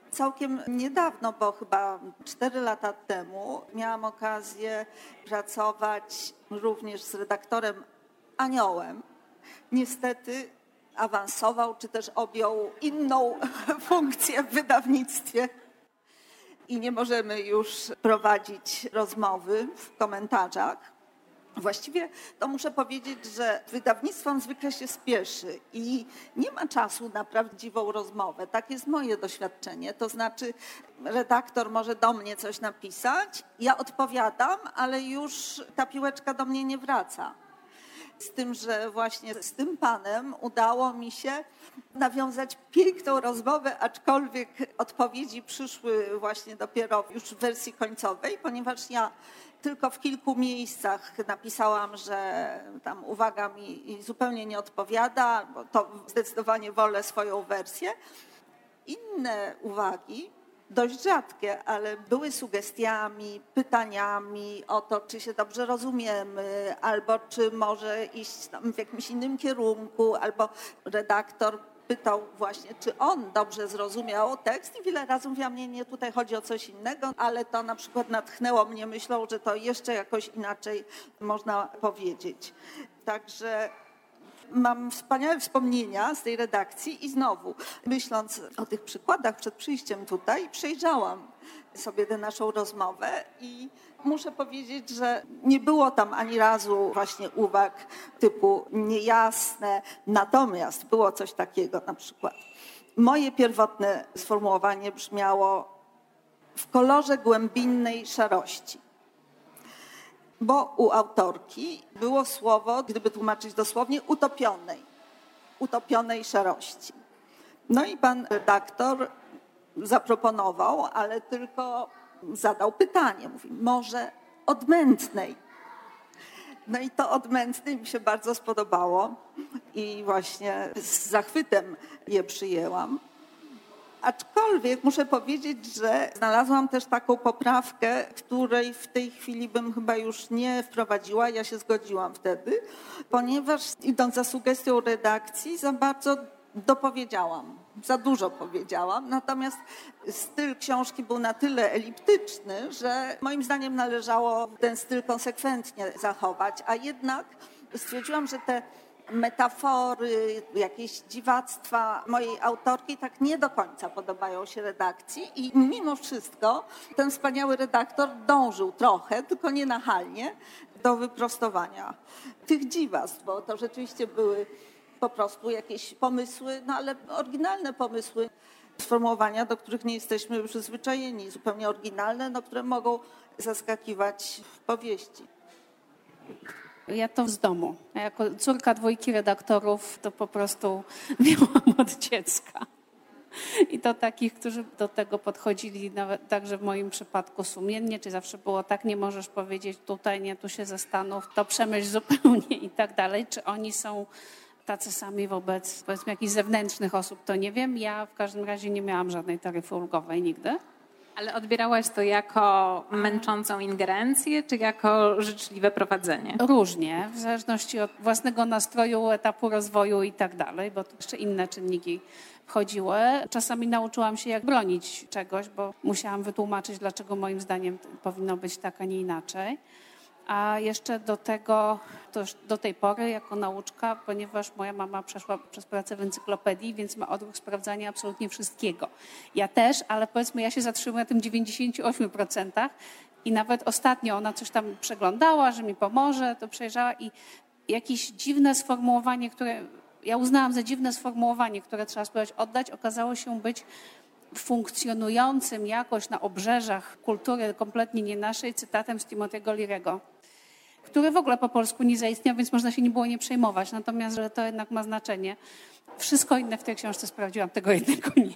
Całkiem niedawno, bo chyba 4 lata temu, miałam okazję pracować również z redaktorem Aniołem. Niestety awansował, czy też objął inną funkcję w wydawnictwie i nie możemy już prowadzić rozmowy w komentarzach. Właściwie to muszę powiedzieć, że wydawnictwo zwykle się spieszy i nie ma czasu na prawdziwą rozmowę. Tak jest moje doświadczenie. To znaczy redaktor może do mnie coś napisać, ja odpowiadam, ale już ta piłeczka do mnie nie wraca. Z tym, że właśnie z tym panem udało mi się nawiązać piękną rozmowę, aczkolwiek odpowiedzi przyszły właśnie dopiero już w wersji końcowej, ponieważ ja tylko w kilku miejscach napisałam, że tam uwaga mi zupełnie nie odpowiada, bo to zdecydowanie wolę swoją wersję. Inne uwagi, dość rzadkie, ale były sugestiami, pytaniami o to, czy się dobrze rozumiemy, albo czy może iść tam w jakimś innym kierunku, albo redaktor pytał właśnie, czy on dobrze zrozumiał tekst i wiele razy mówiłam, nie, tutaj chodzi o coś innego, ale to na przykład natchnęło mnie myślą, że to jeszcze jakoś inaczej można powiedzieć. Także mam wspaniałe wspomnienia z tej redakcji i znowu, myśląc o tych przykładach przed przyjściem tutaj, przejrzałam sobie tę naszą rozmowę i muszę powiedzieć, że nie było tam ani razu właśnie uwag typu niejasne, natomiast było coś takiego na przykład. Moje pierwotne sformułowanie brzmiało w kolorze głębinnej szarości. Bo u autorki było słowo, gdyby tłumaczyć dosłownie, utopionej szarości. No i pan redaktor zaproponował, ale tylko zadał pytanie. Mówi, może odmętnej. No i to odmętnej mi się bardzo spodobało i właśnie z zachwytem je przyjęłam. Aczkolwiek muszę powiedzieć, że znalazłam też taką poprawkę, której w tej chwili bym chyba już nie wprowadziła. Ja się zgodziłam wtedy, ponieważ idąc za sugestią redakcji za bardzo dopowiedziałam, za dużo powiedziałam. Natomiast styl książki był na tyle eliptyczny, że moim zdaniem należało ten styl konsekwentnie zachować, a jednak stwierdziłam, że te metafory, jakieś dziwactwa mojej autorki tak nie do końca podobają się redakcji i mimo wszystko ten wspaniały redaktor dążył trochę, tylko nie nachalnie, do wyprostowania tych dziwactw, bo to rzeczywiście były po prostu jakieś pomysły, no ale oryginalne pomysły, sformułowania, do których nie jesteśmy przyzwyczajeni, zupełnie oryginalne, no, które mogą zaskakiwać w powieści. Ja to z domu. Ja jako córka 2 redaktorów to po prostu miałam od dziecka. I to takich, którzy do tego podchodzili nawet także w moim przypadku sumiennie, czy zawsze było tak, nie możesz powiedzieć tutaj, nie, tu się zastanów, to przemyśl zupełnie i tak dalej. Czy oni są tacy sami wobec, powiedzmy, jakichś zewnętrznych osób, to nie wiem. Ja w każdym razie nie miałam żadnej taryfy ulgowej nigdy. Ale odbierałaś to jako męczącą ingerencję, czy jako życzliwe prowadzenie? Różnie, w zależności od własnego nastroju, etapu rozwoju i tak dalej, bo tu jeszcze inne czynniki wchodziły. Czasami nauczyłam się, jak bronić czegoś, bo musiałam wytłumaczyć, dlaczego moim zdaniem powinno być tak, a nie inaczej. A jeszcze do tego, to już do tej pory jako nauczka, ponieważ moja mama przeszła przez pracę w encyklopedii, więc ma odruch sprawdzania absolutnie wszystkiego. Ja też, ale powiedzmy, ja się zatrzymuję na tym 98% i nawet ostatnio ona coś tam przeglądała, że mi pomoże, to przejrzała i jakieś dziwne sformułowanie, które ja uznałam za dziwne sformułowanie, które trzeba spróbować oddać, okazało się być funkcjonującym jakoś na obrzeżach kultury kompletnie nie naszej cytatem z Timothy'ego Leary'ego, który w ogóle po polsku nie zaistniał, więc można się nie było nie przejmować. Natomiast, że to jednak ma znaczenie. Wszystko inne w tej książce sprawdziłam, tego jednego nie.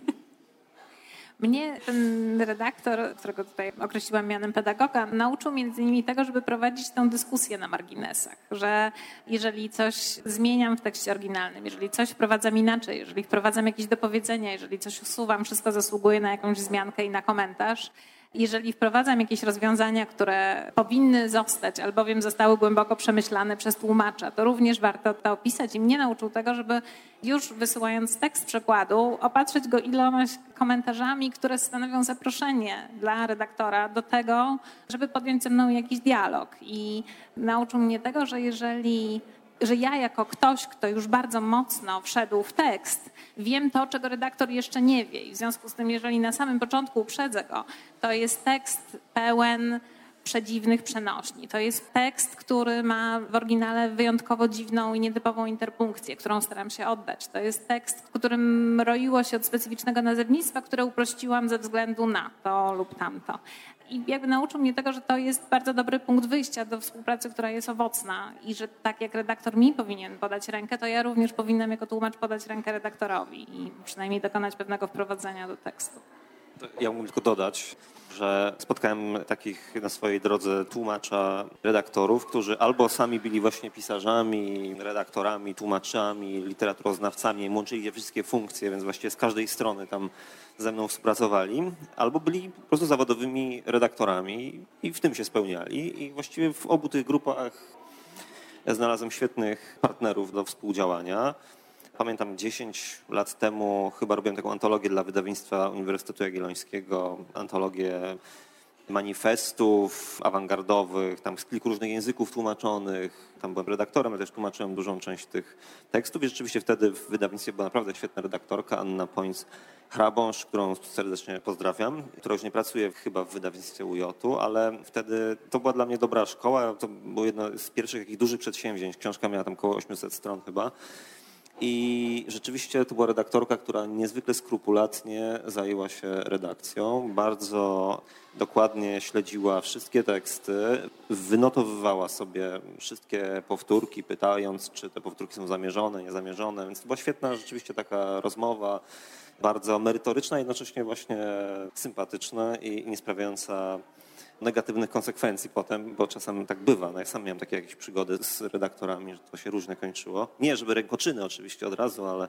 Mnie ten redaktor, którego tutaj określiłam mianem pedagoga, nauczył między innymi tego, żeby prowadzić tę dyskusję na marginesach, że jeżeli coś zmieniam w tekście oryginalnym, jeżeli coś wprowadzam inaczej, jeżeli wprowadzam jakieś dopowiedzenia, jeżeli coś usuwam, wszystko zasługuje na jakąś wzmiankę i na komentarz. Jeżeli wprowadzam jakieś rozwiązania, które powinny zostać, albowiem zostały głęboko przemyślane przez tłumacza, to również warto to opisać i mnie nauczył tego, żeby już wysyłając tekst przekładu, opatrzyć go ilomaś komentarzami, które stanowią zaproszenie dla redaktora do tego, żeby podjąć ze mną jakiś dialog. I nauczył mnie tego, że ja jako ktoś, kto już bardzo mocno wszedł w tekst, wiem to, czego redaktor jeszcze nie wie. I w związku z tym, jeżeli na samym początku uprzedzę go, to jest tekst pełen przedziwnych przenośni. To jest tekst, który ma w oryginale wyjątkowo dziwną i nietypową interpunkcję, którą staram się oddać. To jest tekst, w którym roiło się od specyficznego nazewnictwa, które uprościłam ze względu na to lub tamto. I jakby nauczył mnie tego, że to jest bardzo dobry punkt wyjścia do współpracy, która jest owocna i że tak jak redaktor mi powinien podać rękę, to ja również powinnam jako tłumacz podać rękę redaktorowi i przynajmniej dokonać pewnego wprowadzenia do tekstu. Ja mógłbym tylko dodać, że spotkałem takich na swojej drodze tłumacza, redaktorów, którzy albo sami byli właśnie pisarzami, redaktorami, tłumaczami, literaturoznawcami, łączyli te wszystkie funkcje, więc właściwie z każdej strony tam ze mną współpracowali, albo byli po prostu zawodowymi redaktorami i w tym się spełniali. I właściwie w obu tych grupach znalazłem świetnych partnerów do współdziałania. Pamiętam 10 lat temu chyba robiłem taką antologię dla wydawnictwa Uniwersytetu Jagiellońskiego, antologię manifestów awangardowych, tam z kilku różnych języków tłumaczonych. Tam byłem redaktorem, ale też tłumaczyłem dużą część tych tekstów i rzeczywiście wtedy w wydawnictwie była naprawdę świetna redaktorka Anna Pońc-Hrabąszcz, którą serdecznie pozdrawiam, która już nie pracuje chyba w wydawnictwie UJ-u, ale wtedy to była dla mnie dobra szkoła. To było jedno z pierwszych takich dużych przedsięwzięć. Książka miała tam około 800 stron chyba. I rzeczywiście to była redaktorka, która niezwykle skrupulatnie zajęła się redakcją, bardzo dokładnie śledziła wszystkie teksty, wynotowywała sobie wszystkie powtórki, pytając, czy te powtórki są zamierzone, niezamierzone, więc to była świetna rzeczywiście taka rozmowa, bardzo merytoryczna, jednocześnie właśnie sympatyczna i nie sprawiająca negatywnych konsekwencji potem, bo czasem tak bywa. No ja sam miałem takie jakieś przygody z redaktorami, że to się różnie kończyło. Nie, żeby rękoczyny oczywiście od razu, ale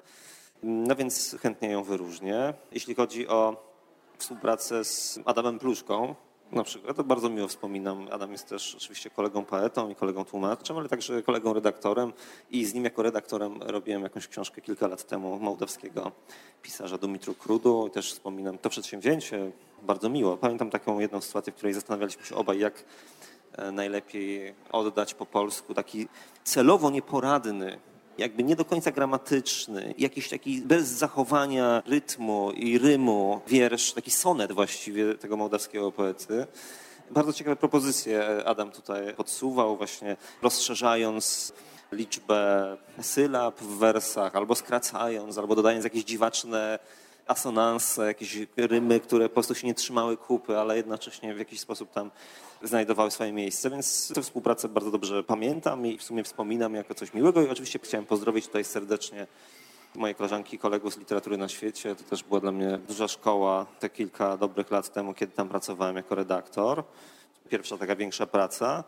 no więc chętnie ją wyróżnię. Jeśli chodzi o współpracę z Adamem Pluszką, na przykład, to bardzo miło wspominam. Adam jest też oczywiście kolegą poetą i kolegą tłumaczem, ale także kolegą redaktorem i z nim jako redaktorem robiłem jakąś książkę kilka lat temu mołdawskiego pisarza Dumitru Krudu i też wspominam to przedsięwzięcie bardzo miło. Pamiętam taką jedną sytuację, w której zastanawialiśmy się obaj, jak najlepiej oddać po polsku taki celowo nieporadny, jakby nie do końca gramatyczny, jakiś taki bez zachowania rytmu i rymu wiersz, taki sonet właściwie tego mołdawskiego poety. Bardzo ciekawe propozycje Adam tutaj podsuwał, właśnie rozszerzając liczbę sylab w wersach, albo skracając, albo dodając jakieś dziwaczne asonanse, jakieś rymy, które po prostu się nie trzymały kupy, ale jednocześnie w jakiś sposób tam znajdowały swoje miejsce, więc tę współpracę bardzo dobrze pamiętam i w sumie wspominam jako coś miłego i oczywiście chciałem pozdrowić tutaj serdecznie moje koleżanki i kolegów z Literatury na Świecie. To też była dla mnie duża szkoła te kilka dobrych lat temu, kiedy tam pracowałem jako redaktor. Pierwsza taka większa praca.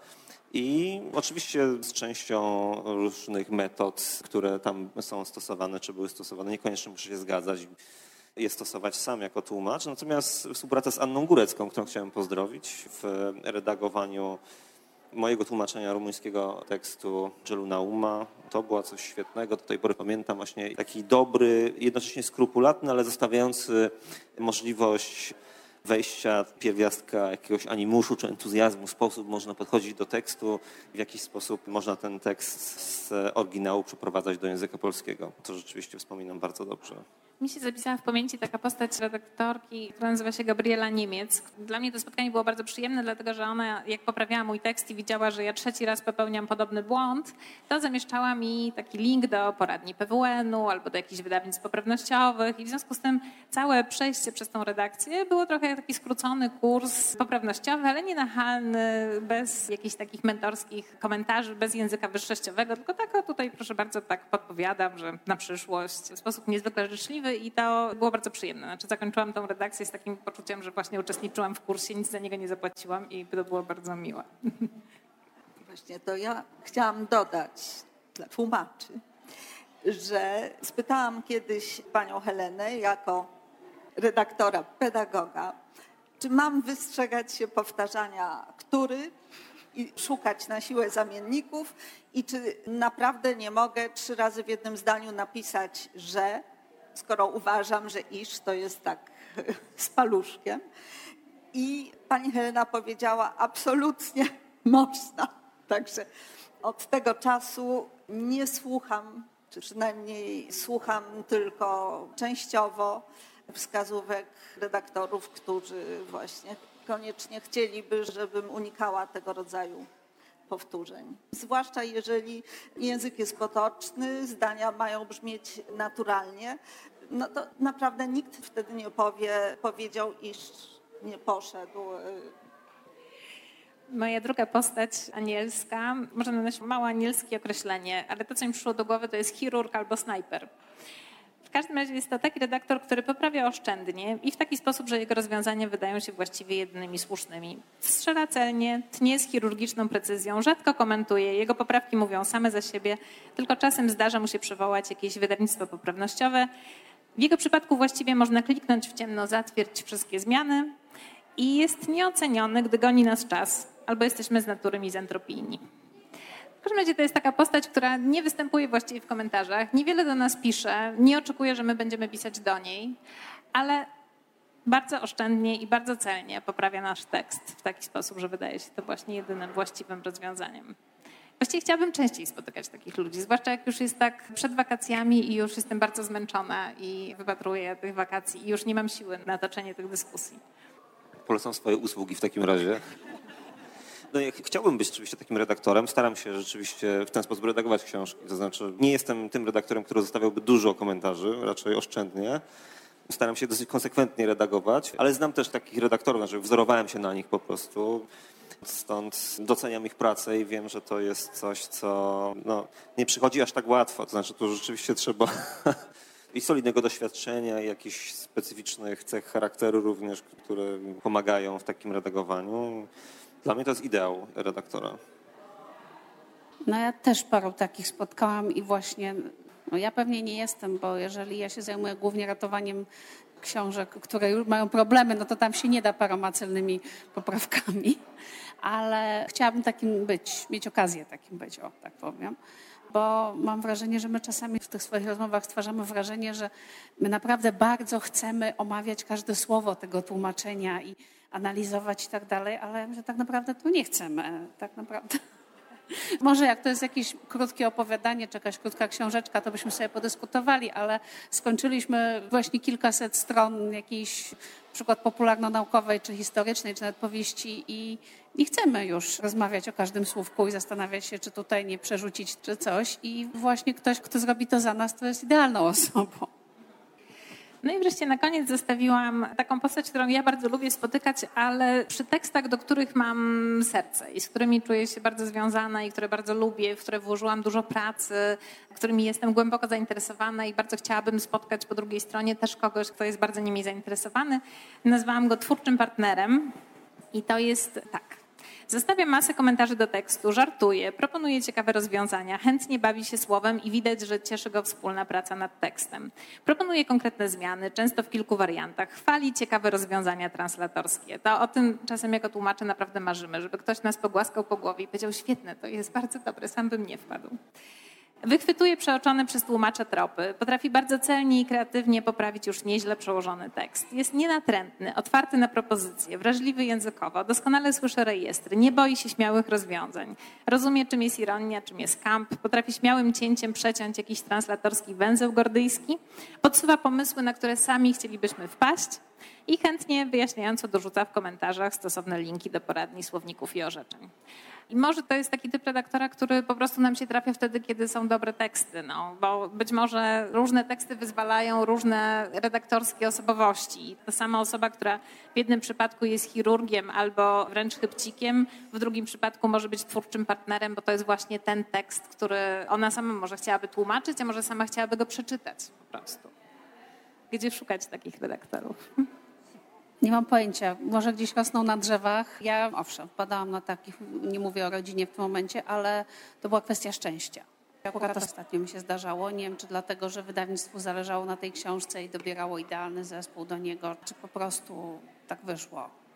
I oczywiście z częścią różnych metod, które tam są stosowane, czy były stosowane, niekoniecznie muszę się zgadzać, je stosować sam jako tłumacz. Natomiast współpraca z Anną Górecką, którą chciałem pozdrowić w redagowaniu mojego tłumaczenia rumuńskiego tekstu Gelu Nauma, to była coś świetnego. Do tej pory pamiętam właśnie taki dobry, jednocześnie skrupulatny, ale zostawiający możliwość wejścia pierwiastka jakiegoś animuszu czy entuzjazmu, sposób można podchodzić do tekstu, w jaki sposób można ten tekst z oryginału przeprowadzać do języka polskiego. To rzeczywiście wspominam bardzo dobrze. Mi się zapisała w pamięci taka postać redaktorki, która nazywa się Gabriela Niemiec. Dla mnie to spotkanie było bardzo przyjemne, dlatego że ona, jak poprawiała mój tekst i widziała, że ja 3. raz popełniam podobny błąd, to zamieszczała mi taki link do poradni PWN-u albo do jakichś wydawnictw poprawnościowych i w związku z tym całe przejście przez tą redakcję było trochę jak taki skrócony kurs poprawnościowy, ale nie nachalny, bez jakichś takich mentorskich komentarzy, bez języka wyższościowego, tylko tak, o tutaj proszę bardzo, tak podpowiadam, że na przyszłość w sposób niezwykle życzliwy i to było bardzo przyjemne. Znaczy zakończyłam tą redakcję z takim poczuciem, że właśnie uczestniczyłam w kursie, nic za niego nie zapłaciłam i to było bardzo miłe. Właśnie to ja chciałam dodać dla tłumaczy, że spytałam kiedyś panią Helenę jako redaktora, pedagoga, Czy mam wystrzegać się powtarzania który i szukać na siłę zamienników i czy naprawdę nie mogę 3 razy w jednym zdaniu napisać, że, skoro uważam, że iż to jest tak z paluszkiem. I pani Helena powiedziała, absolutnie można. Także od tego czasu nie słucham, czy przynajmniej słucham tylko częściowo wskazówek redaktorów, którzy właśnie koniecznie chcieliby, żebym unikała tego rodzaju powtórzeń. Zwłaszcza jeżeli język jest potoczny, zdania mają brzmieć naturalnie, no to naprawdę nikt wtedy nie powiedział, iż nie poszedł. Moja druga postać, anielska, można dodać mało anielskie określenie, ale to, co mi przyszło do głowy, to jest chirurg albo snajper. W każdym razie jest to taki redaktor, który poprawia oszczędnie i w taki sposób, że jego rozwiązania wydają się właściwie jedynymi słusznymi. Strzela celnie, tnie z chirurgiczną precyzją, rzadko komentuje, jego poprawki mówią same za siebie, tylko czasem zdarza mu się przywołać jakieś wydawnictwo poprawnościowe. W jego przypadku właściwie można kliknąć w ciemno, zatwierdź wszystkie zmiany i jest nieoceniony, gdy goni nas czas, albo jesteśmy z natury mizantropijni. W każdym razie to jest taka postać, która nie występuje właściwie w komentarzach, niewiele do nas pisze, nie oczekuje, że my będziemy pisać do niej, ale bardzo oszczędnie i bardzo celnie poprawia nasz tekst w taki sposób, że wydaje się to właśnie jedynym właściwym rozwiązaniem. Właściwie chciałabym częściej spotykać takich ludzi, zwłaszcza jak już jest tak przed wakacjami i już jestem bardzo zmęczona i wypatruję tych wakacji i już nie mam siły na toczenie tych dyskusji. Polecam swoje usługi w takim razie. No, ja chciałbym być rzeczywiście takim redaktorem. Staram się rzeczywiście w ten sposób redagować książki. To znaczy nie jestem tym redaktorem, który zostawiałby dużo komentarzy, raczej oszczędnie. Staram się dosyć konsekwentnie redagować, ale znam też takich redaktorów, znaczy wzorowałem się na nich po prostu. Stąd doceniam ich pracę i wiem, że to jest coś, co nie przychodzi aż tak łatwo. To znaczy tu rzeczywiście trzeba i solidnego doświadczenia, i jakichś specyficznych cech charakteru również, które pomagają w takim redagowaniu. Dla mnie to jest ideał redaktora. No ja też paru takich spotkałam i właśnie, ja pewnie nie jestem, bo jeżeli ja się zajmuję głównie ratowaniem książek, które już mają problemy, no to tam się nie da paroma celnymi poprawkami, ale chciałabym takim być, mieć okazję takim być, o tak powiem. Bo mam wrażenie, że my czasami w tych swoich rozmowach stwarzamy wrażenie, że my naprawdę bardzo chcemy omawiać każde słowo tego tłumaczenia i analizować i tak dalej, ale że tak naprawdę to nie chcemy. Tak naprawdę. Może jak to jest jakieś krótkie opowiadanie, czy jakaś krótka książeczka, to byśmy sobie podyskutowali, ale skończyliśmy właśnie kilkaset stron jakiejś na przykład popularno-naukowej, czy historycznej, czy nawet powieści i nie chcemy już rozmawiać o każdym słówku i zastanawiać się, czy tutaj nie przerzucić, czy coś. I właśnie ktoś, kto zrobi to za nas, to jest idealną osobą. No i wreszcie na koniec zostawiłam taką postać, którą ja bardzo lubię spotykać, ale przy tekstach, do których mam serce i z którymi czuję się bardzo związana i które bardzo lubię, w które włożyłam dużo pracy, którymi jestem głęboko zainteresowana i bardzo chciałabym spotkać po drugiej stronie też kogoś, kto jest bardzo nimi zainteresowany. Nazwałam go twórczym partnerem i to jest tak. Zostawia masę komentarzy do tekstu, żartuje, proponuje ciekawe rozwiązania, chętnie bawi się słowem i widać, że cieszy go wspólna praca nad tekstem. Proponuje konkretne zmiany, często w kilku wariantach, chwali ciekawe rozwiązania translatorskie. To o tym czasem jako tłumacze naprawdę marzymy, żeby ktoś nas pogłaskał po głowie i powiedział, świetne, to jest bardzo dobre, sam bym nie wpadł. Wychwytuje przeoczone przez tłumacza tropy, potrafi bardzo celnie i kreatywnie poprawić już nieźle przełożony tekst. Jest nienatrętny, otwarty na propozycje, wrażliwy językowo, doskonale słyszy rejestry, nie boi się śmiałych rozwiązań. Rozumie, czym jest ironia, czym jest kamp, potrafi śmiałym cięciem przeciąć jakiś translatorski węzeł gordyjski, podsuwa pomysły, na które sami chcielibyśmy wpaść i chętnie wyjaśniająco dorzuca w komentarzach stosowne linki do poradni, słowników i orzeczeń. I może to jest taki typ redaktora, który po prostu nam się trafia wtedy, kiedy są dobre teksty, bo być może różne teksty wyzwalają różne redaktorskie osobowości. Ta sama osoba, która w jednym przypadku jest chirurgiem albo wręcz chybcikiem, w drugim przypadku może być twórczym partnerem, bo to jest właśnie ten tekst, który ona sama może chciałaby tłumaczyć, a może sama chciałaby go przeczytać po prostu. Gdzie szukać takich redaktorów? Nie mam pojęcia. Może gdzieś rosną na drzewach. Ja owszem, wpadałam na takich, nie mówię o rodzinie w tym momencie, ale to była kwestia szczęścia. Akurat ostatnio mi się zdarzało. Nie wiem, czy dlatego, że wydawnictwu zależało na tej książce i dobierało idealny zespół do niego, czy po prostu tak wyszło.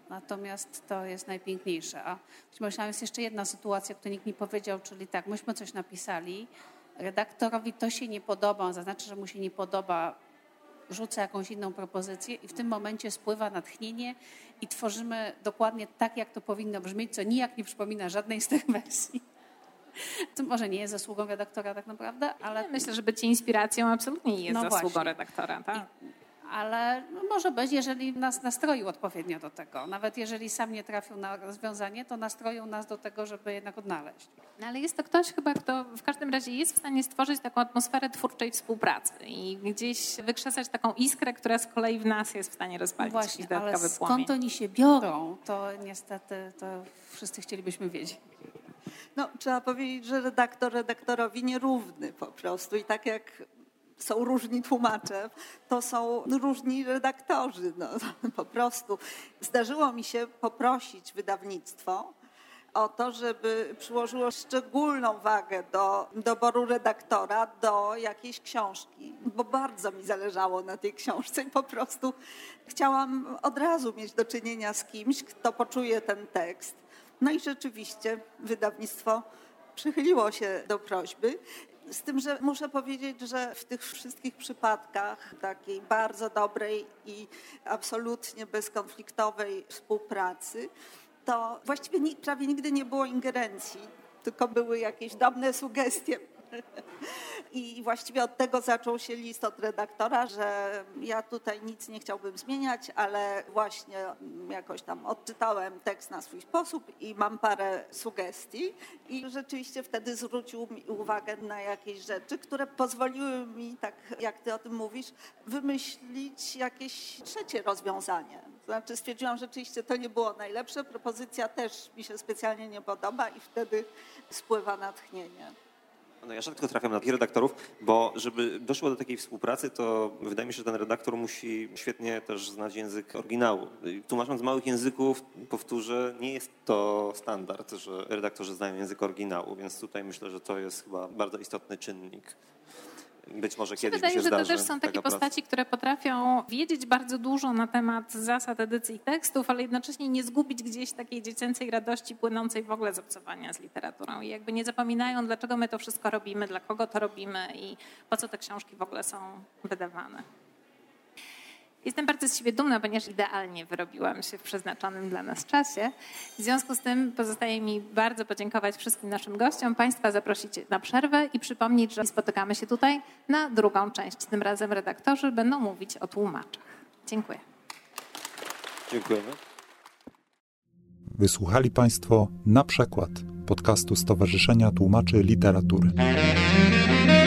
Natomiast to jest najpiękniejsze. A być może jest jeszcze jedna sytuacja, której nikt mi powiedział, czyli tak, myśmy coś napisali, redaktorowi to się nie podoba, on zaznaczy, że mu się nie podoba, rzuca jakąś inną propozycję i w tym momencie spływa natchnienie i tworzymy dokładnie tak, jak to powinno brzmieć, co nijak nie przypomina żadnej z tych wersji. To może nie jest zasługą redaktora tak naprawdę, ale... Myślę, że bycie inspiracją absolutnie nie jest zasługą właśnie. redaktora. Tak? Ale może być, jeżeli nas nastroił odpowiednio do tego. Nawet jeżeli sam nie trafił na rozwiązanie, to nastroił nas do tego, żeby jednak odnaleźć. No, ale jest to ktoś chyba, kto w każdym razie jest w stanie stworzyć taką atmosferę twórczej współpracy i gdzieś wykrzesać taką iskrę, która z kolei w nas jest w stanie rozpalić Właśnie, jakiś dodatkowy ale płomień. skąd oni się biorą, to niestety to wszyscy chcielibyśmy wiedzieć. No, trzeba powiedzieć, że redaktor redaktorowi nierówny po prostu i tak jak są różni tłumacze, to są różni redaktorzy. No, po prostu zdarzyło mi się poprosić wydawnictwo o to, żeby przyłożyło szczególną wagę do doboru redaktora do jakiejś książki, bo bardzo mi zależało na tej książce i po prostu chciałam od razu mieć do czynienia z kimś, kto poczuje ten tekst. No i rzeczywiście wydawnictwo przychyliło się do prośby. Z tym, że muszę powiedzieć, że w tych wszystkich przypadkach takiej bardzo dobrej i absolutnie bezkonfliktowej współpracy, to właściwie prawie nigdy nie było ingerencji, tylko były jakieś drobne sugestie. I właściwie od tego zaczął się list od redaktora, że ja tutaj nic nie chciałbym zmieniać, ale właśnie jakoś tam odczytałem tekst na swój sposób i mam parę sugestii. I rzeczywiście wtedy zwrócił mi uwagę na jakieś rzeczy, które pozwoliły mi, tak jak ty o tym mówisz, wymyślić jakieś trzecie rozwiązanie. Znaczy stwierdziłam, że rzeczywiście to nie było najlepsze, propozycja też mi się specjalnie nie podoba i wtedy spływa natchnienie. No ja rzadko trafiam na takich redaktorów, bo żeby doszło do takiej współpracy, to wydaje mi się, że ten redaktor musi świetnie też znać język oryginału. Tłumacząc z małych języków, powtórzę, nie jest to standard, że redaktorzy znają język oryginału, więc tutaj myślę, że to jest chyba bardzo istotny czynnik. Być może kiedyś wydaje, mi się że to zdarzy też są takie taka postaci, które potrafią wiedzieć bardzo dużo na temat zasad edycji tekstów, ale jednocześnie nie zgubić gdzieś takiej dziecięcej radości płynącej w ogóle z obcowania z literaturą. I jakby nie zapominają, dlaczego my to wszystko robimy, dla kogo to robimy i po co te książki w ogóle są wydawane. Jestem bardzo z siebie dumna, ponieważ idealnie wyrobiłam się w przeznaczonym dla nas czasie. W związku z tym pozostaje mi bardzo podziękować wszystkim naszym gościom, Państwa zaprosić na przerwę i przypomnieć, że spotykamy się tutaj na drugą część. Tym razem redaktorzy będą mówić o tłumaczach. Dziękuję. Dziękujemy. Wysłuchali Państwo Na Przekład podcastu Stowarzyszenia Tłumaczy Literatury.